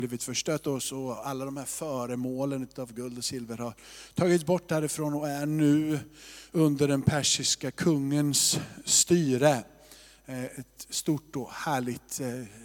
blivit förstört oss och alla de här föremålen av guld och silver har tagits bort därifrån och är nu under den persiska kungens styre. Ett stort och härligt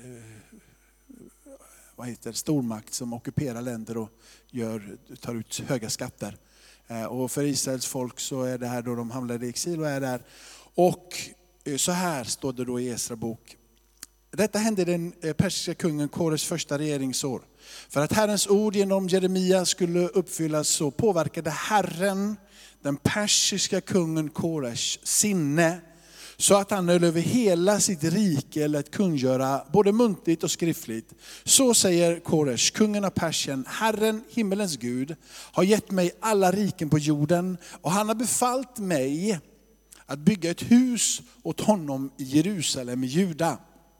stormakt som ockuperar länder och tar ut höga skatter. Och för Israels folk så är det här då de hamnade i exil och är där. Och så här står det då i Esra bok. Detta hände den persiska kungen Kores första regeringsår. För att Herrens ord genom Jeremia skulle uppfyllas så påverkade Herren den persiska kungen Kores sinne. Så att han höll över hela sitt rike lät kungöra både muntligt och skriftligt. Så säger Kores, kungen av Persien, Herren, himmelens Gud, har gett mig alla riken på jorden. Och han har befallt mig att bygga ett hus åt honom i Jerusalem i Juda.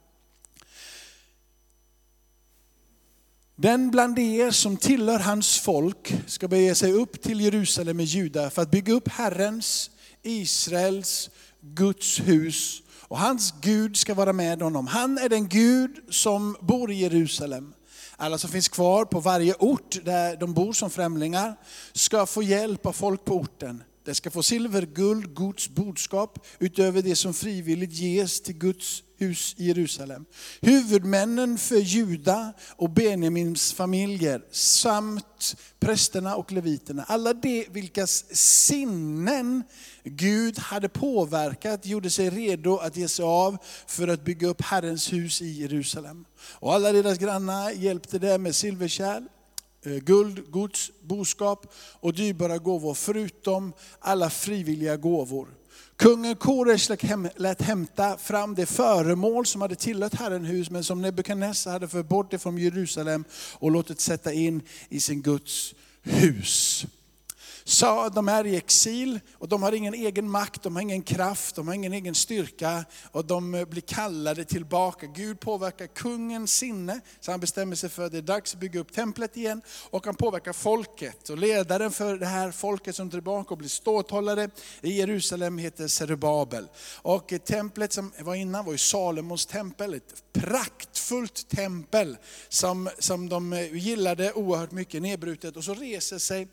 Den bland er som tillhör hans folk ska bege sig upp till Jerusalem i Juda för att bygga upp Herrens, Israels, Guds hus. Och hans Gud ska vara med honom. Han är den Gud som bor i Jerusalem. Alla som finns kvar på varje ort där de bor som främlingar ska få hjälp av folk på orten. Det ska få silver, guld, Guds budskap utöver det som frivilligt ges till Guds hus i Jerusalem. Huvudmännen för Juda och Benjamins familjer samt prästerna och leviterna. Alla de vilkas sinnen Gud hade påverkat gjorde sig redo att ge sig av för att bygga upp Herrens hus i Jerusalem. Och alla deras grannar hjälpte det med silverkärl, guld, gods, boskap och dyrbara gåvor förutom alla frivilliga gåvor. Kungen Kores lät hämta fram det föremål som hade tillhört Herrens hus men som Nebukadnessar hade fört bort det från Jerusalem och låtit sätta in i sin Guds hus. Så de är i exil och de har ingen egen makt, de har ingen kraft, de har ingen egen styrka och de blir kallade tillbaka. Gud påverkar kungens sinne så han bestämmer sig för att det är dags att bygga upp templet igen och han påverkar folket. Och ledaren för det här folket som är tillbaka och blir ståthållare i Jerusalem heter Zerubabel. Och templet som var innan var ju Salomos tempel, ett praktfullt tempel som de gillade oerhört mycket, nedbrutet. Och så reser sig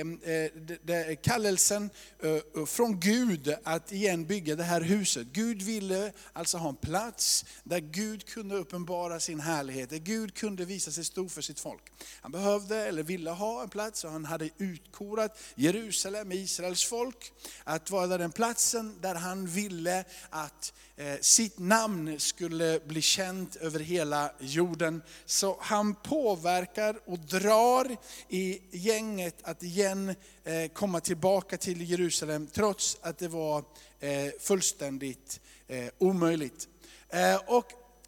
kallelsen från Gud att igen bygga det här huset. Gud ville alltså ha en plats där Gud kunde uppenbara sin härlighet, där Gud kunde visa sig stor för sitt folk. Han behövde eller ville ha en plats och han hade utkorat Jerusalem, Israels folk, att vara den platsen där han ville att sitt namn skulle bli känt över hela jorden. Så han påverkar och drar i gänget att igen komma tillbaka till Jerusalem trots att det var fullständigt omöjligt. Och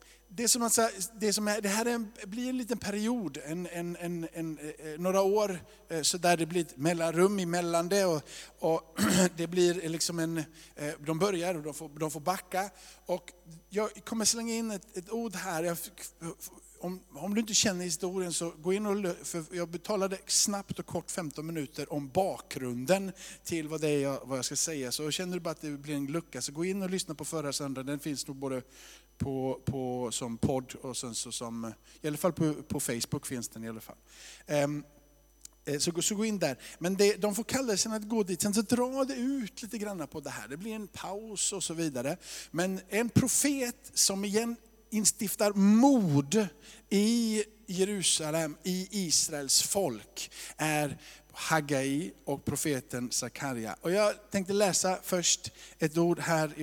det här blir en liten period, några år så där det blir ett mellanrum emellan det och det blir liksom de börjar och de får backa. Och jag kommer slänga in ett ord här. Om du inte känner historien så gå in för jag talade snabbt och kort 15 minuter om bakgrunden till vad jag ska säga. Så känner du bara att det blir en lucka så gå in och lyssna på förra söndagen. Den finns nog både på som podd och sen så som i alla fall på Facebook finns den i alla fall. Så gå in där. Men de får kallelsen att gå dit. Sen så drar det ut lite grann på det här. Det blir en paus och så vidare. Men en profet som igen instiftar mod i Jerusalem, i Israels folk, är Hagai och profeten Sakaria. Och jag tänkte läsa först ett ord här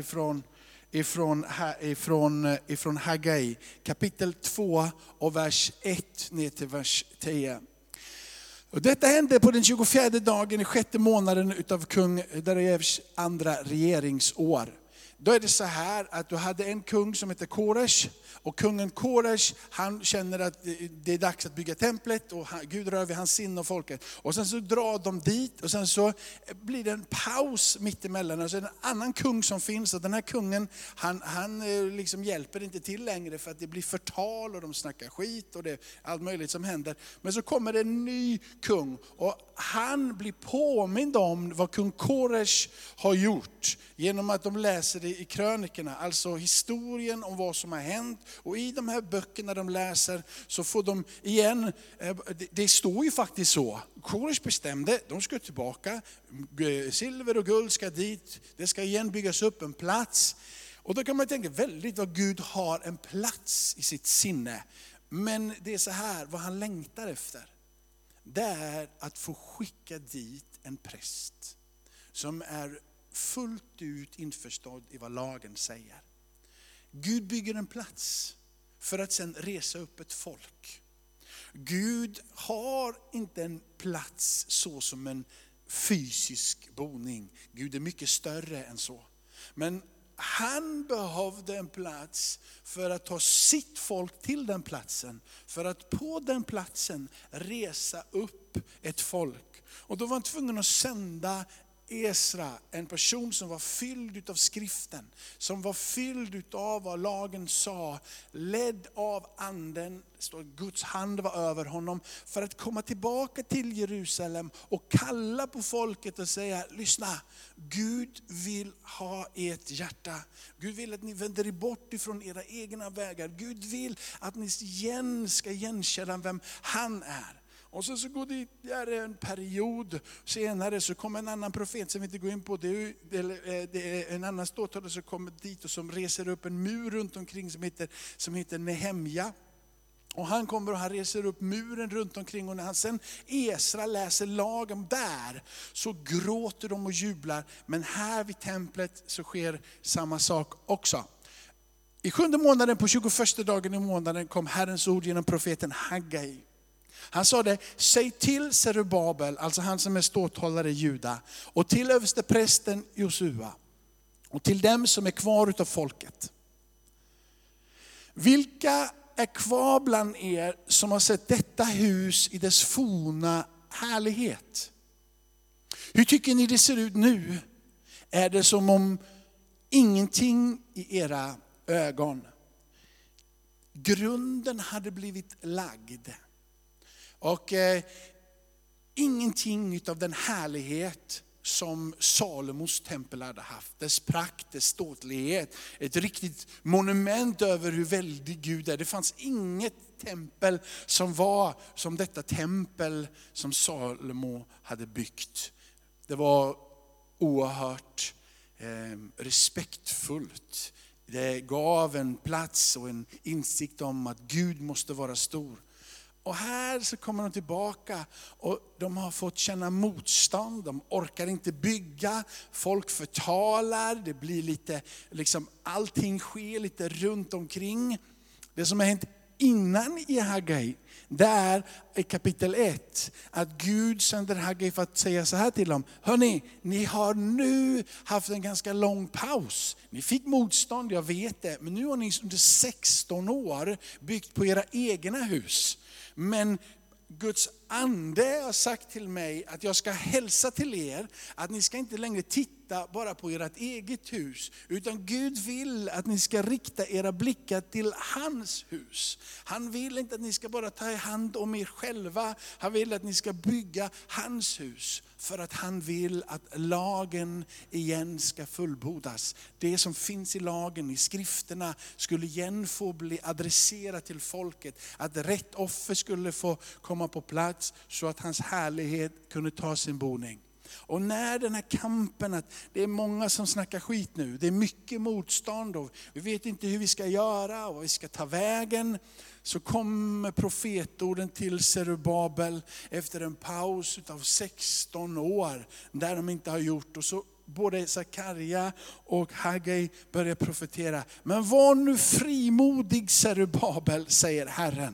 ifrån Hagai, kapitel 2 och vers 1 ner till vers 10. Och detta hände på den 24 dagen i 6:e månaden utav kung Darejevs andra regeringsår. Då är det så här att du hade en kung som heter Kores. Och kungen Kores, han känner att det är dags att bygga templet. Och Gud rör vid hans sinne och folket. Och sen så drar de dit. Och sen så blir det en paus mittemellan. Och så är det en annan kung som finns. Och den här kungen, han liksom hjälper inte till längre. För att det blir förtal och de snackar skit. Och det är allt möjligt som händer. Men så kommer det en ny kung. Och han blir påmind om vad kung Kores har gjort. Genom att de läser det i krönikerna, alltså historien om vad som har hänt. Och i de här böckerna de läser så får de igen, det står ju faktiskt så. Koresh bestämde, de ska tillbaka, silver och guld ska dit, det ska igen byggas upp en plats. Och då kan man tänka väldigt vad Gud har en plats i sitt sinne. Men det är så här, vad han längtar efter, det är att få skicka dit en präst som är fullt ut införstådd i vad lagen säger. Gud bygger en plats för att sedan resa upp ett folk. Gud har inte en plats så som en fysisk boning. Gud är mycket större än så. Men han behövde en plats för att ta sitt folk till den platsen. För att på den platsen resa upp ett folk. Och då var han tvungen att sända Esra, en person som var fylld av skriften, som var fylld av vad lagen sa, ledd av anden, står Guds hand var över honom, för att komma tillbaka till Jerusalem och kalla på folket och säga, lyssna, Gud vill ha ert hjärta. Gud vill att ni vänder er bort ifrån era egna vägar. Gud vill att ni igen ska igenkänna vem han är. Och så går det en period, senare så kommer en annan profet som vi inte går in på. Det är en annan ståthållare som kommer dit och som reser upp en mur runt omkring som heter Nehemja. Och han kommer och han reser upp muren runt omkring, och när han sen Esra läser lagen där så gråter de och jublar. Men här vid templet så sker samma sak också. I 7:e månaden på 21:a dagen i månaden kom Herrens ord genom profeten Haggai. Han sa det, säg till Zerubabel, alltså han som är ståthållare i Juda, och till översteprästen Josua och till dem som är kvar utav folket. Vilka är kvar bland er som har sett detta hus i dess forna härlighet? Hur tycker ni det ser ut nu? Är det som om ingenting i era ögon? Grunden hade blivit lagd. Och ingenting av den härlighet som Salomos tempel hade haft, dess prakt, dess ståtlighet, ett riktigt monument över hur väldig Gud är. Det fanns inget tempel som var som detta tempel som Salomo hade byggt. Det var oerhört respektfullt. Det gav en plats och en insikt om att Gud måste vara stor. Och här så kommer de tillbaka och de har fått känna motstånd. De orkar inte bygga, folk förtalar, det blir lite, allting sker lite runt omkring. Det som har hänt innan i Haggai, det är i kapitel 1 att Gud sänder Haggai för att säga så här till dem. Hörrni, ni har nu haft en ganska lång paus. Ni fick motstånd, jag vet det. Men nu har ni under 16 år byggt på era egna hus. Men Guds ande har sagt till mig att jag ska hälsa till er att ni ska inte längre titta bara på ert eget hus, utan Gud vill att ni ska rikta era blickar till hans hus. Han vill inte att ni ska bara ta hand om er själva, han vill att ni ska bygga hans hus. För att han vill att lagen igen ska fullbordas. Det som finns i lagen, i skrifterna, skulle igen få bli adresserat till folket. Att rätt offer skulle få komma på plats så att hans härlighet kunde ta sin boning. Och när den här kampen, att det är många som snackar skit nu, det är mycket motstånd och vi vet inte hur vi ska göra och vad vi ska ta vägen. Så kommer profetorden till Zerubabel efter en paus av 16 år där de inte har gjort. Och så både Zakaria och Haggai börjar profetera. Men var nu frimodig Zerubabel, säger Herren.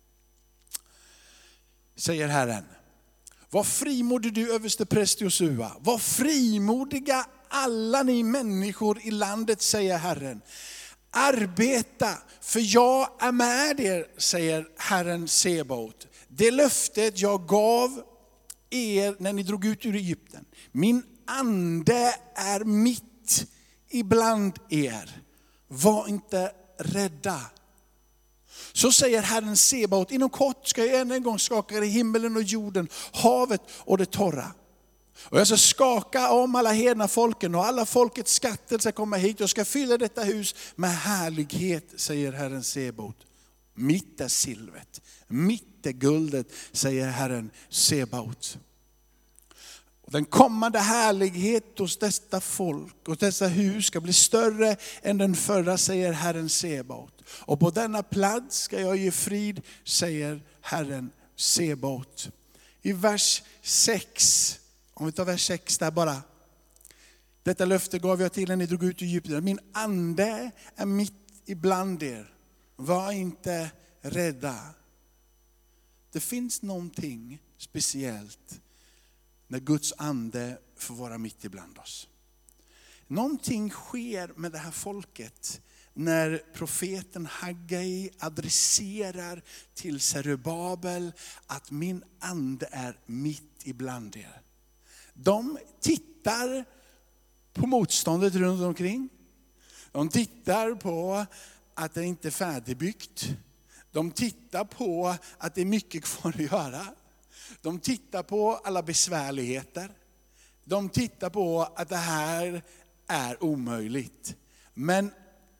Säger Herren. Var frimodig du överstepräst Josua. Var frimodiga alla ni människor i landet, säger Herren. Arbeta, för jag är med er, säger Herren Sebaot. Det löftet jag gav er när ni drog ut ur Egypten. Min ande är mitt ibland er. Var inte rädda. Så säger Herren Sebaot, inom kort ska jag än en gång skaka i himmelen och jorden, havet och det torra. Och jag ska skaka om alla hedna folken och alla folkets skatter ska komma hit. Jag ska fylla detta hus med härlighet, säger Herren Sebaot. Mitt är silvret, mitt är guldet, säger Herren Sebaot. Och den kommande härlighet hos detta folk och dessa hus ska bli större än den förra, säger Herren Sebaot. Och på denna plats ska jag ge frid, säger Herren Sebaot. I vers 6, om vi tar vers 6 där bara. Detta löfte gav jag till när ni drog ut ur Egypten. Min ande är mitt ibland er. Var inte rädda. Det finns någonting speciellt när Guds ande får vara mitt ibland oss. Någonting sker med det här folket när profeten Haggai adresserar till Zerubabel att min ande är mitt ibland er. De tittar på motståndet runt omkring. De tittar på att det inte är färdigbyggt. De tittar på att det är mycket kvar att göra. De tittar på alla besvärligheter. De tittar på att det här är omöjligt. Men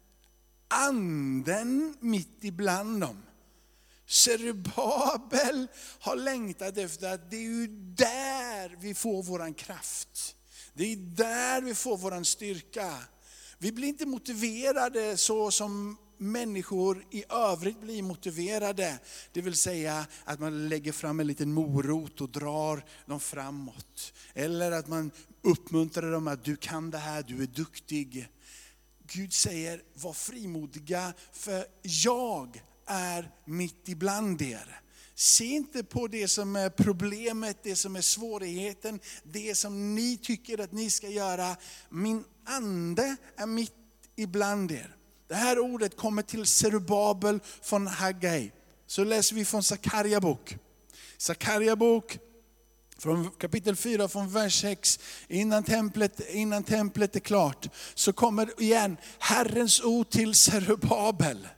anden mitt ibland dem. Zerubabel har längtat efter att det är ju där vi får våran kraft. Det är där vi får våran styrka. Vi blir inte motiverade så som människor i övrigt blir motiverade. Det vill säga att man lägger fram en liten morot och drar dem framåt. Eller att man uppmuntrar dem att du kan det här, du är duktig. Gud säger, var frimodiga för jag är mitt ibland er. Se inte på det som är problemet, det som är svårigheten, det som ni tycker att ni ska göra. Min ande är mitt ibland er. Det här ordet kommer till Zerubabel från Haggai. Så läser vi från Sakarja bok. Sakarja bok från kapitel 4 från vers 6. Innan templet är klart så kommer igen Herrens ord till Zerubabel.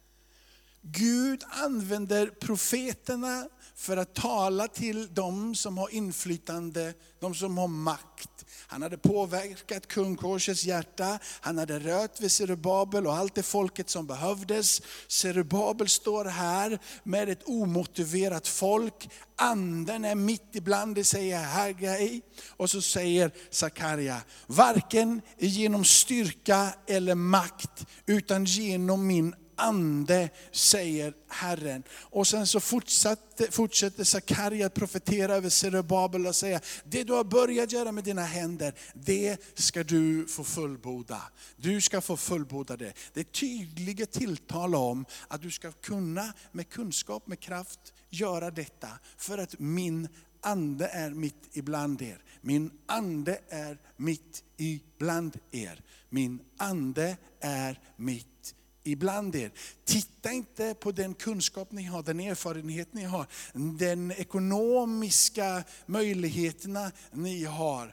Gud använder profeterna för att tala till de som har inflytande, de som har makt. Han hade påverkat kung Korsets hjärta, han hade rört vid Zerubabel och allt det folket som behövdes. Zerubabel står här med ett omotiverat folk. Anden är mitt ibland, det säger Haggai. Och så säger Sakarja, varken genom styrka eller makt utan genom min ande, säger Herren. Och sen så fortsätter Sakarja att profetera över Zerubabel och säga, det du har börjat göra med dina händer, det ska du få fullborda. Du ska få fullborda det. Det är tydliga tilltal om att du ska kunna med kunskap, med kraft göra detta. För att min ande är mitt ibland er. Min ande är mitt ibland er. Min ande är mitt ibland er. Titta inte på den kunskap ni har, den erfarenhet ni har, den ekonomiska möjligheterna ni har.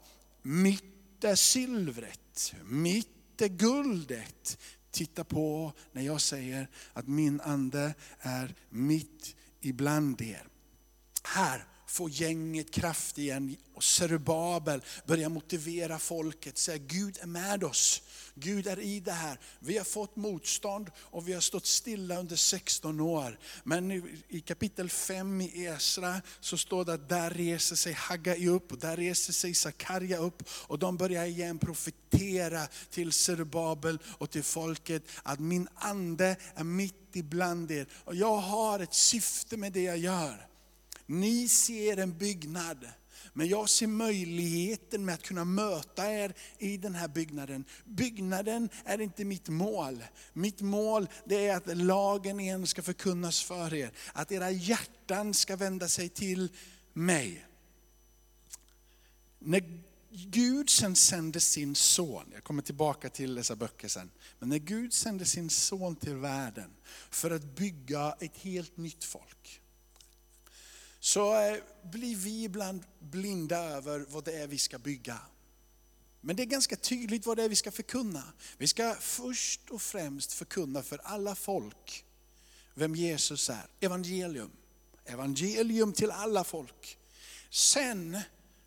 Mitt är silvret, mitt är guldet. Titta på när jag säger att min ande är mitt ibland er. Här får gänget kraft igen och Zerubabel börjar motivera folket. Säga Gud är med oss. Gud är i det här. Vi har fått motstånd och vi har stått stilla under 16 år. Men i kapitel 5 i Esra så står det att där reser sig Haggai upp och där reser sig Sakarja upp. Och de börjar igen profetera till Zerubabel och till folket att min ande är mitt ibland er. Och jag har ett syfte med det jag gör. Ni ser en byggnad, men jag ser möjligheten med att kunna möta er i den här byggnaden. Byggnaden är inte mitt mål. Mitt mål det är att lagen igen ska förkunnas för er. Att era hjärtan ska vända sig till mig. När Gud sen sände sin son, jag kommer tillbaka till dessa böcker sen. Men när Gud sände sin son till världen för att bygga ett helt nytt folk. Så blir vi ibland blinda över vad det är vi ska bygga. Men det är ganska tydligt vad det är vi ska förkunna. Vi ska först och främst förkunna för alla folk vem Jesus är. Evangelium. Evangelium till alla folk. Sen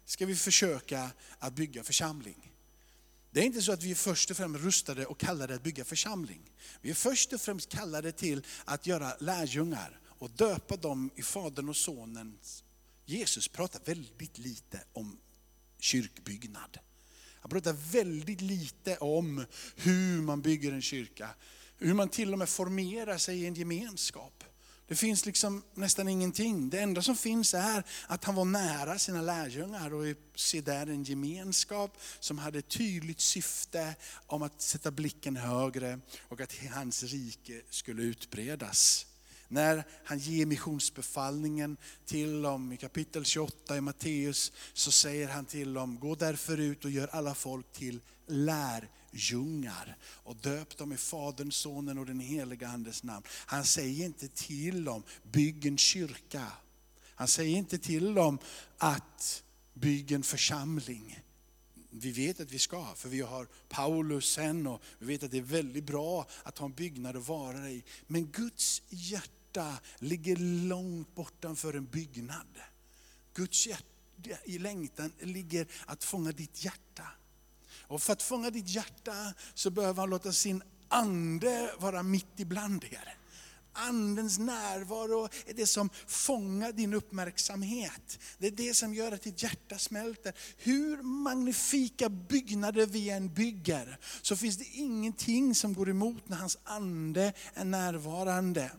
ska vi försöka att bygga församling. Det är inte så att vi är först och främst rustade och kallade att bygga församling. Vi är först och främst kallade till att göra lärjungar och döpa dem i Fadern och Sonens. Jesus pratar väldigt lite om kyrkbyggnad. Han pratar väldigt lite om hur man bygger en kyrka. Hur man till och med formerar sig i en gemenskap. Det finns liksom nästan ingenting. Det enda som finns är att han var nära sina lärjungar och se där en gemenskap som hade tydligt syfte om att sätta blicken högre och att hans rike skulle utbredas. När han ger missionsbefallningen till dem i kapitel 28 i Matteus, så säger han till dem: gå därför ut och gör alla folk till lärjungar och döp dem i Faderns, Sonen och den heliga Andes namn. Han säger inte till dem: bygg en kyrka. Han säger inte till dem att bygga en församling. Vi vet att vi ska, för vi har Paulus sen och vi vet att det är väldigt bra att ha en byggnad att vara i. Men Guds hjärta ligger långt bortanför en byggnad. Guds hjärta i längtan ligger att fånga ditt hjärta. Och för att fånga ditt hjärta så behöver han låta sin ande vara mitt ibland er. Andens närvaro är det som fångar din uppmärksamhet. Det är det som gör att ditt hjärta smälter. Hur magnifika byggnader vi än bygger, så finns det ingenting som går emot när hans ande är närvarande.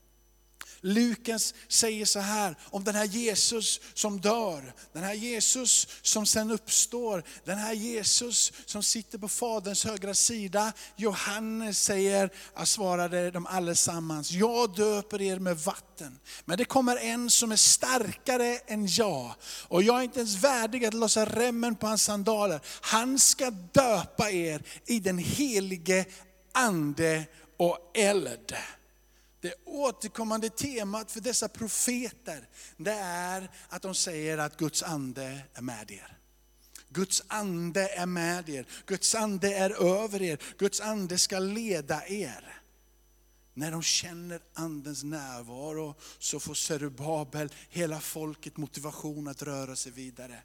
Lukas säger så här om den här Jesus som dör, den här Jesus som sen uppstår, den här Jesus som sitter på Faderns högra sida. Johannes säger, svarade de allesammans: jag döper er med vatten, men det kommer en som är starkare än jag, och jag är inte ens värdig att lossa remmen på hans sandaler. Han ska döpa er i den helige ande och eld. Det återkommande temat för dessa profeter, det är att de säger att Guds ande är med er. Guds ande är med er. Guds ande är över er. Guds ande ska leda er. När de känner andens närvaro så får Zerubabel, hela folket, motivation att röra sig vidare.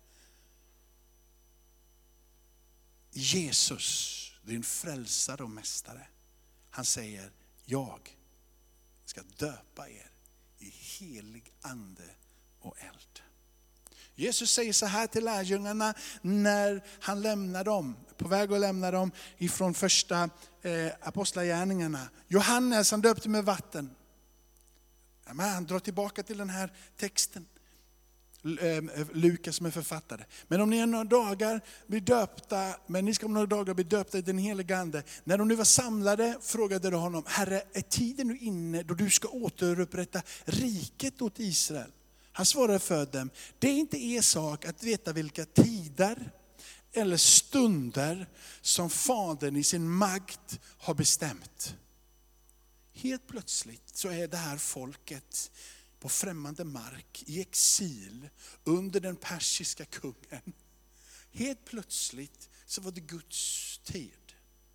Jesus, din frälsare och mästare, han säger: jag ska döpa er i helig ande och eld. Jesus säger så här till lärjungarna när han lämnar dem, på väg att lämna dem ifrån första apostlagärningarna. Johannes, han döpte med vatten. Men han drar tillbaka till den här texten. Lukas som är författare. Men om ni några dagar blir döpta, men ni ska om några dagar bli döpta i den heliga ande. När de nu var samlade frågade de honom: Herre, är tiden nu inne då du ska återupprätta riket åt Israel? Han svarade för dem: det är inte er sak att veta vilka tider eller stunder som Fadern i sin makt har bestämt. Helt plötsligt så är det här folket på främmande mark, i exil, under den persiska kungen. Helt plötsligt så var det Guds tid.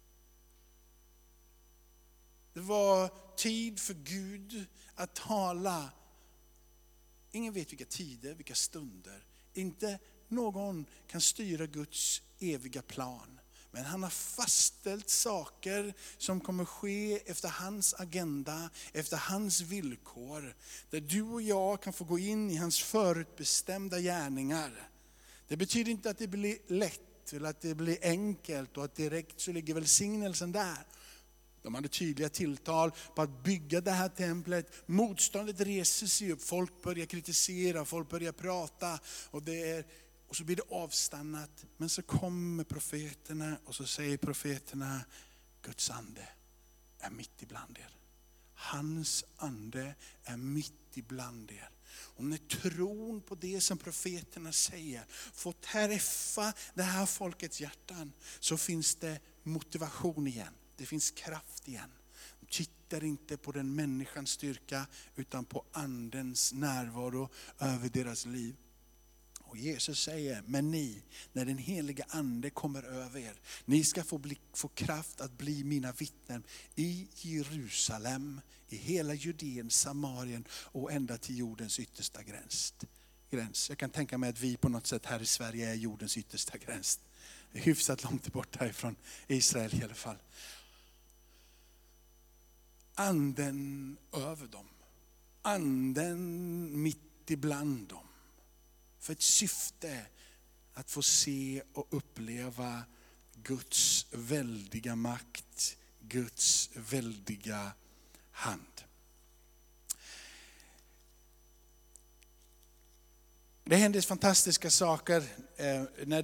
Det var tid för Gud att tala. Ingen vet vilka tider, vilka stunder. Inte någon kan styra Guds eviga plan. Men han har fastställt saker som kommer ske efter hans agenda, efter hans villkor. Där du och jag kan få gå in i hans förutbestämda gärningar. Det betyder inte att det blir lätt eller att det blir enkelt och att direkt så ligger välsignelsen där. De hade tydliga tilltal på att bygga det här templet. Motståndet reser sig upp, folk börjar kritisera, folk börjar prata och så blir det avstannat. Men så kommer profeterna och så säger profeterna: Guds ande är mitt ibland er. Hans ande är mitt ibland er. Och när tron på det som profeterna säger får träffa det här folkets hjärtan, så finns det motivation igen. Det finns kraft igen. De tittar inte på den människans styrka utan på andens närvaro över deras liv. Och Jesus säger: men ni, när den heliga ande kommer över er, ni ska få kraft att bli mina vittnen i Jerusalem, i hela Judeen, Samarien och ända till jordens yttersta gräns. gräns. Jag kan tänka mig att vi på något sätt här i Sverige är jordens yttersta gräns. Hyfsat långt bort härifrån Israel i alla fall. Anden över dem. Anden mitt ibland dem. För ett syfte att få se och uppleva Guds väldiga makt, Guds väldiga hand. Det händer fantastiska saker när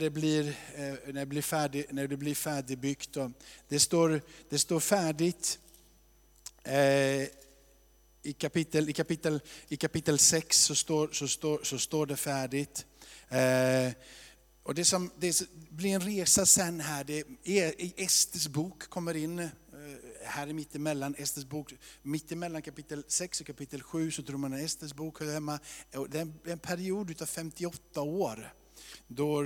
det blir färdigbyggt. Och det står färdigt i kapitel 6 så står det färdigt. Och det blir en resa sen här. Det är i Esters bok kommer in här i mittemellan. Esters bok, mittemellan kapitel 6 och kapitel 7 så tror man att Esters bok hör hemma. Det är en period utav 58 år. Då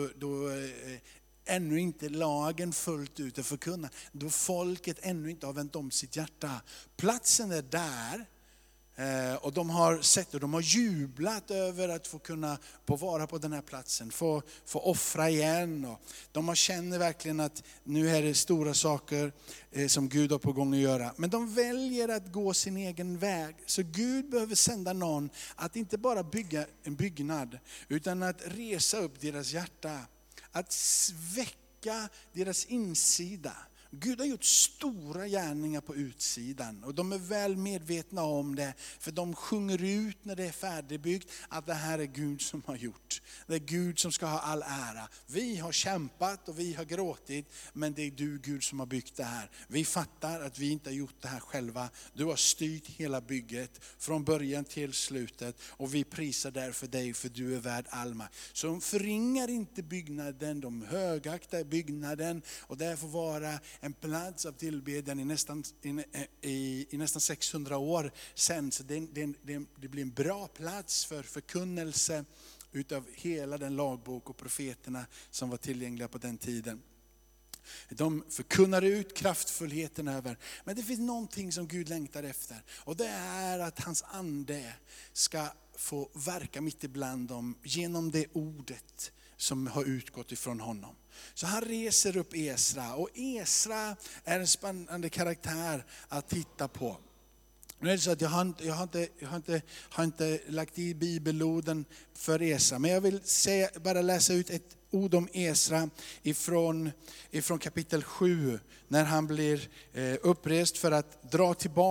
ännu inte lagen fullt ut är förkunnad. Då folket ännu inte har vänt om sitt hjärta. Platsen är där. Och de har sett och de har jublat över att få kunna vara på den här platsen. Få offra igen. Och de känner verkligen att nu är det stora saker som Gud har på gång att göra. Men de väljer att gå sin egen väg. Så Gud behöver sända någon att inte bara bygga en byggnad. Utan att resa upp deras hjärta. Att väcka deras insida. Gud har gjort stora gärningar på utsidan och de är väl medvetna om det. För de sjunger ut när det är färdigbyggt att det här är Gud som har gjort. Det är Gud som ska ha all ära. Vi har kämpat och vi har gråtit, men det är du Gud som har byggt det här. Vi fattar att vi inte har gjort det här själva. Du har styrt hela bygget från början till slutet och vi prisar därför dig för du är värd all makt. Så de förringar inte byggnaden, de högaktar byggnaden och det får vara en plats av tillbedjan i nästan 600 år sen. Så det blir en bra plats för förkunnelse utav hela den lagbok och profeterna som var tillgängliga på den tiden. De förkunnar ut kraftfullheten över. Men det finns någonting som Gud längtar efter. Och det är att hans ande ska få verka mitt ibland dem genom det ordet som har utgått ifrån honom. Så han reser upp Esra. Och Esra är en spännande karaktär att titta på. Nu är det så att jag har inte lagt i bibelorden för Esra. Men jag vill bara läsa ut ett ord om Esra ifrån kapitel 7. När han blir upprest för att dra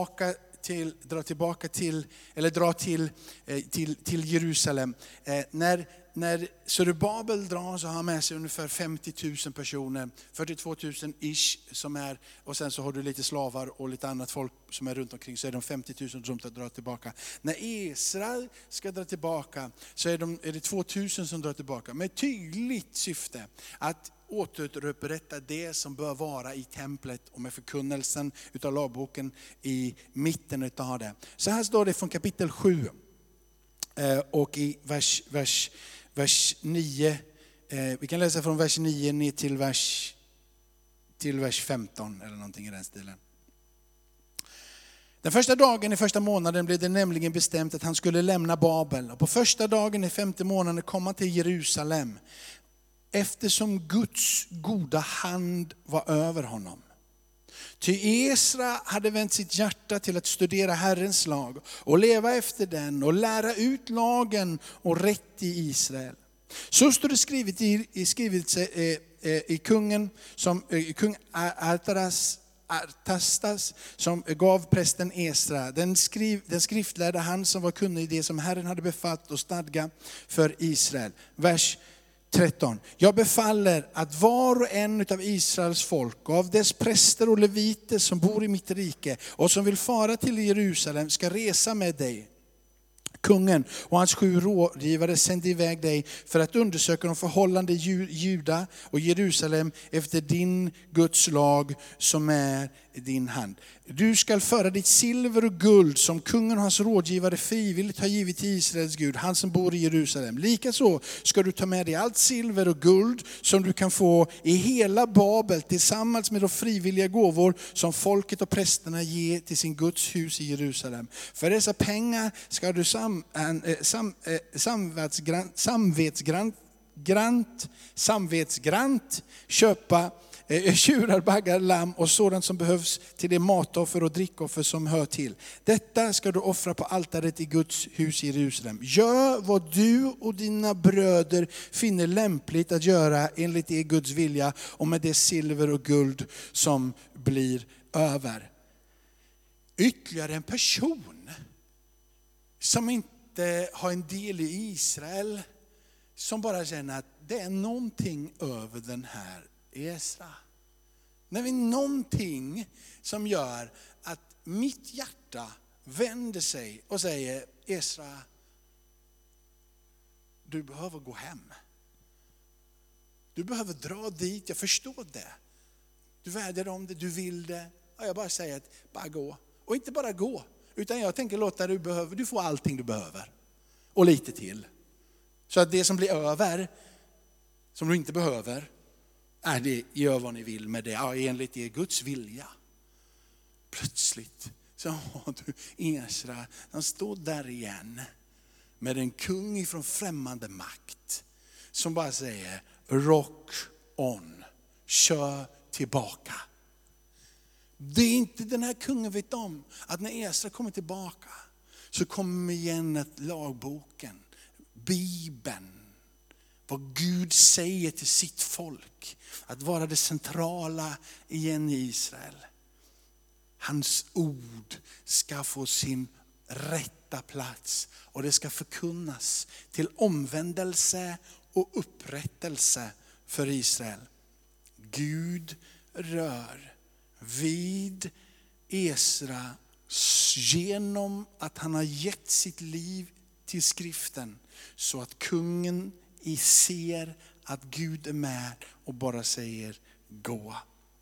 till Jerusalem. När Zorobabel drar så har han med sig ungefär 50 000 personer, 42 000 ish som är, och sen så har du lite slavar och lite annat folk som är runt omkring, så är de 50 000 som drar tillbaka. När Esra ska dra tillbaka så är det 2 000 som drar tillbaka med tydligt syfte att återupprätta det som bör vara i templet och med förkunnelsen utav lagboken i mitten utav det. Så här står det från kapitel 7 och i vers 9. Vi kan läsa från vers 9 ner till vers 15 eller någonting i den stilen. Den första dagen i första månaden blev det nämligen bestämt att han skulle lämna Babel. Och på första dagen i 5:e månaden kom han till Jerusalem. Eftersom Guds goda hand var över honom. Ty Esra hade vänt sitt hjärta till att studera Herrens lag och leva efter den och lära ut lagen och rätt i Israel. Så står det skrivet i kung Artastas som gav prästen Esra, den skriftlärde han som var kunnig i det som Herren hade befatt och stadga för Israel. Vers 13. Jag befaller att var och en av Israels folk och av dess präster och leviter som bor i mitt rike och som vill fara till Jerusalem ska resa med dig. Kungen och hans 7 rådgivare sände iväg dig för att undersöka de förhållande Juda och Jerusalem efter din Guds lag som är din hand. Du ska föra ditt silver och guld som kungen och hans rådgivare frivilligt har givit till Israels Gud, han som bor i Jerusalem. Likaså ska du ta med dig allt silver och guld som du kan få i hela Babel tillsammans med de frivilliga gåvor som folket och prästerna ger till sin Guds hus i Jerusalem. För dessa pengar ska du samvetsgrant köpa tjurar, baggar, lamm och sådant som behövs till det matoffer och drickoffer som hör till. Detta ska du offra på altaret i Guds hus i Jerusalem. Gör vad du och dina bröder finner lämpligt att göra enligt er Guds vilja och med det silver och guld som blir över. Ytterligare en person som inte har en del i Israel, som bara känner att det är någonting över den här Esra. När vi någonting som gör att mitt hjärta vänder sig och säger: Esra, du behöver gå hem. Du behöver dra dit, jag förstår det. Du vädjar om det, du vill det. Och jag bara säger att bara gå. Och inte bara gå, utan jag tänker låta du får allting du behöver. Och lite till. Så att det som blir över, som du inte behöver, det gör vad ni vill med det. Ja, enligt er Guds vilja. Plötsligt så har du Esra, han står där igen med en kung från främmande makt som bara säger: rock on, kör tillbaka. Det är inte den här kungen vet om att när Esra kommer tillbaka så kommer igen att lagboken, Bibeln, vad Gud säger till sitt folk, att vara det centrala igen i Israel. Hans ord ska få sin rätta plats och det ska förkunnas till omvändelse och upprättelse för Israel. Gud rör vid Esra genom att han har gett sitt liv till skriften, så att kungen ser att Gud är med och bara säger gå.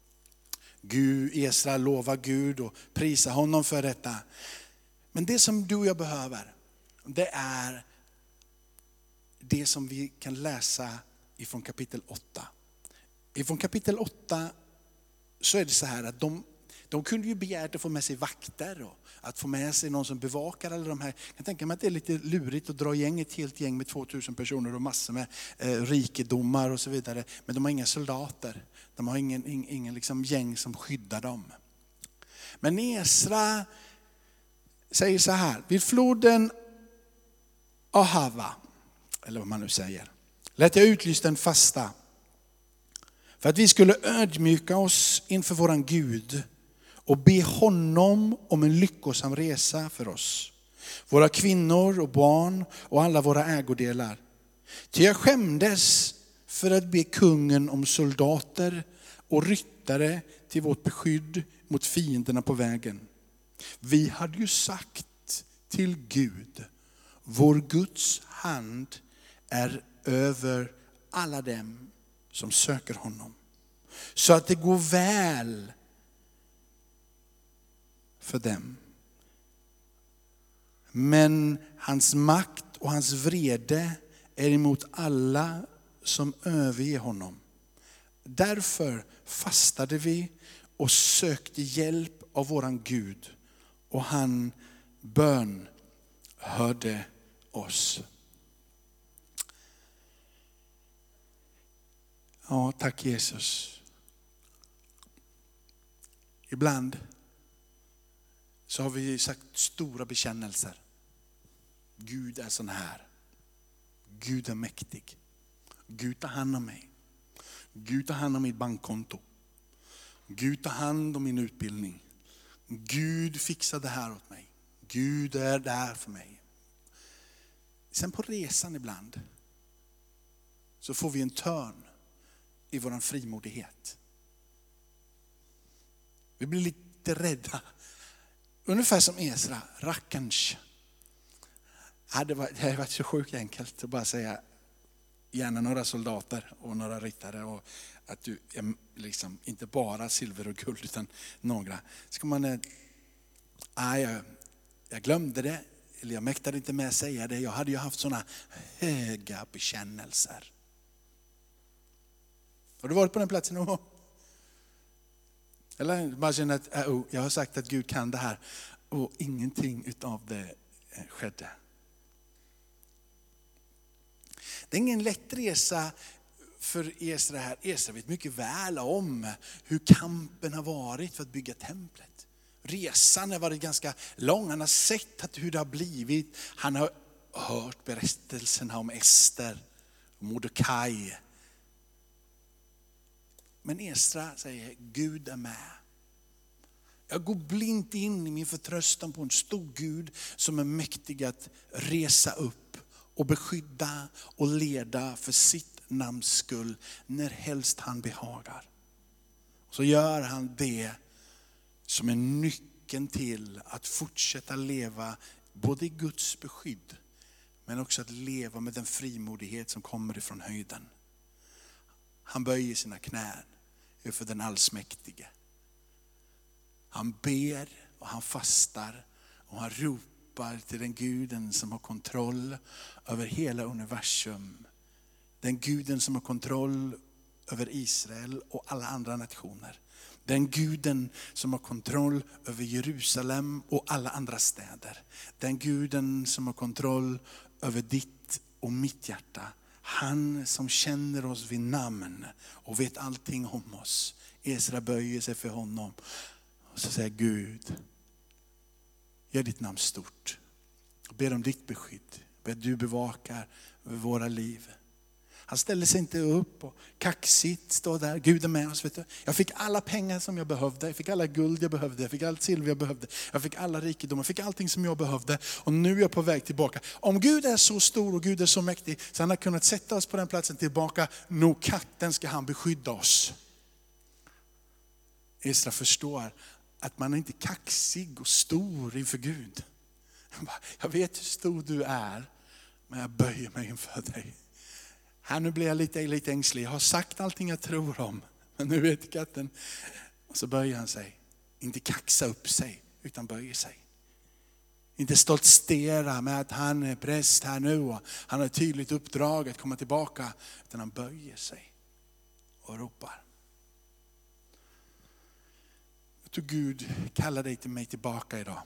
Esra lovar Gud och prisar honom för detta. Men det som du och jag behöver, det är det som vi kan läsa ifrån kapitel 8. Ifrån kapitel 8 så är det så här att de kunde ju begärt att få med sig vakter och att få med sig någon som bevakar alla de här. Jag tänker mig att det är lite lurigt att dra ett helt gäng med 2000 personer och massor med rikedomar och så vidare. Men de har inga soldater. De har ingen liksom gäng som skyddar dem. Men Esra säger så här: vid floden Ahava, eller vad man nu säger, lät jag utlysta en fasta för att vi skulle ödmjuka oss inför våran Gud och be honom om en lyckosam resa för oss, våra kvinnor och barn och alla våra ägodelar. Ty jag skämdes för att be kungen om soldater och ryttare till vårt beskydd mot fienderna på vägen. Vi hade ju sagt till Gud: vår Guds hand är över alla dem som söker honom, så att det går väl för dem. Men hans makt och hans vrede är emot alla som överger honom. Därför fastade vi och sökte hjälp av våran Gud, och han bönhörde oss. Ja, tack Jesus. Ibland så har vi sagt stora bekännelser. Gud är sån här. Gud är mäktig. Gud tar hand om mig. Gud tar hand om mitt bankkonto. Gud tar hand om min utbildning. Gud fixar det här åt mig. Gud är där för mig. Sen på resan ibland så får vi en törn i våran frimodighet. Vi blir lite rädda. Ungefär som Esra, rackarns. Det hade varit så sjukt enkelt att bara säga: gärna några soldater och några ryttare. Och att du liksom inte bara silver och guld utan några. Ska man, jag glömde det, eller jag mäktade inte med att säga det. Jag hade ju haft sådana höga bekännelser. Har du varit på den platsen någon gång? Eller bara känner att jag har sagt att Gud kan det här och ingenting utav det skedde. Det är ingen lätt resa för Esra här. Esra vet mycket väl om hur kampen har varit för att bygga templet. Resan har varit ganska lång. Han har sett hur det har blivit. Han har hört berättelserna om Ester och Mordecai. Men Esra säger, Gud är med. Jag går blint in i min förtröstan på en stor Gud som är mäktig att resa upp och beskydda och leda för sitt namns skull när helst han behagar. Så gör han det som är nyckeln till att fortsätta leva både i Guds beskydd men också att leva med den frimodighet som kommer ifrån höjden. Han böjer sina knän inför den allsmäktige. Han ber och han fastar och han ropar till den guden som har kontroll över hela universum. Den guden som har kontroll över Israel och alla andra nationer. Den guden som har kontroll över Jerusalem och alla andra städer. Den guden som har kontroll över ditt och mitt hjärta. Han som känner oss vid namn och vet allting om oss. Esra böjer sig för honom. Och så säger Gud, gör ditt namn stort. Jag ber om ditt beskydd. Jag ber att du bevakar över våra liv. Han ställer sig inte upp och kaxigt står där. Gud är med oss. Vet du. Jag fick alla pengar som jag behövde. Jag fick alla guld jag behövde. Jag fick allt silver jag behövde. Jag fick alla rikedomar. Jag fick allting som jag behövde. Och nu är jag på väg tillbaka. Om Gud är så stor och Gud är så mäktig så han har kunnat sätta oss på den platsen tillbaka. Nog katten ska han beskydda oss. Esra förstår att man är inte kaxig och stor inför Gud. Jag vet hur stor du är, men jag böjer mig inför dig. Här nu blir jag lite ängslig. Jag har sagt allting jag tror om, men nu vet katten. Och så böjer han sig. Inte kaxa upp sig, utan böjer sig. Inte stoltsera med att han är präst här nu och han har ett tydligt uppdrag att komma tillbaka. Utan han böjer sig och ropar. Så Gud kallar dig till mig tillbaka idag.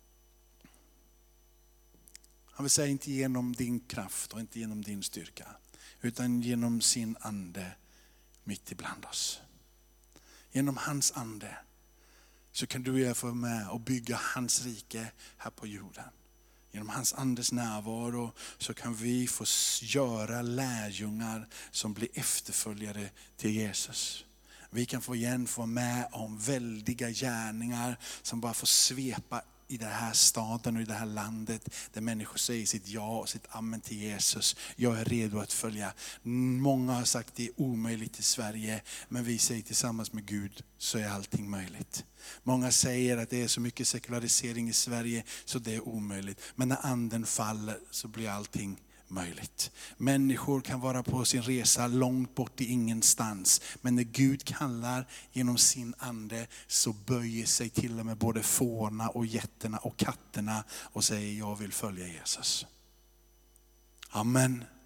Han vill säga inte genom din kraft och inte genom din styrka. Utan genom sin ande mitt ibland oss. Genom hans ande så kan du och jag få med och bygga hans rike här på jorden. Genom hans andes närvaro så kan vi få göra lärjungar som blir efterföljare till Jesus. Vi kan få med om väldiga gärningar som bara får svepa i den här staden och i det här landet. Där människor säger sitt ja och sitt amen till Jesus. Jag är redo att följa. Många har sagt att det är omöjligt i Sverige. Men vi säger tillsammans med Gud så är allting möjligt. Många säger att det är så mycket sekularisering i Sverige så det är omöjligt. Men när anden faller så blir allting möjligt. Människor kan vara på sin resa långt bort i ingenstans. Men när Gud kallar genom sin ande så böjer sig till och med både fårna och getterna och katterna och säger jag vill följa Jesus. Amen.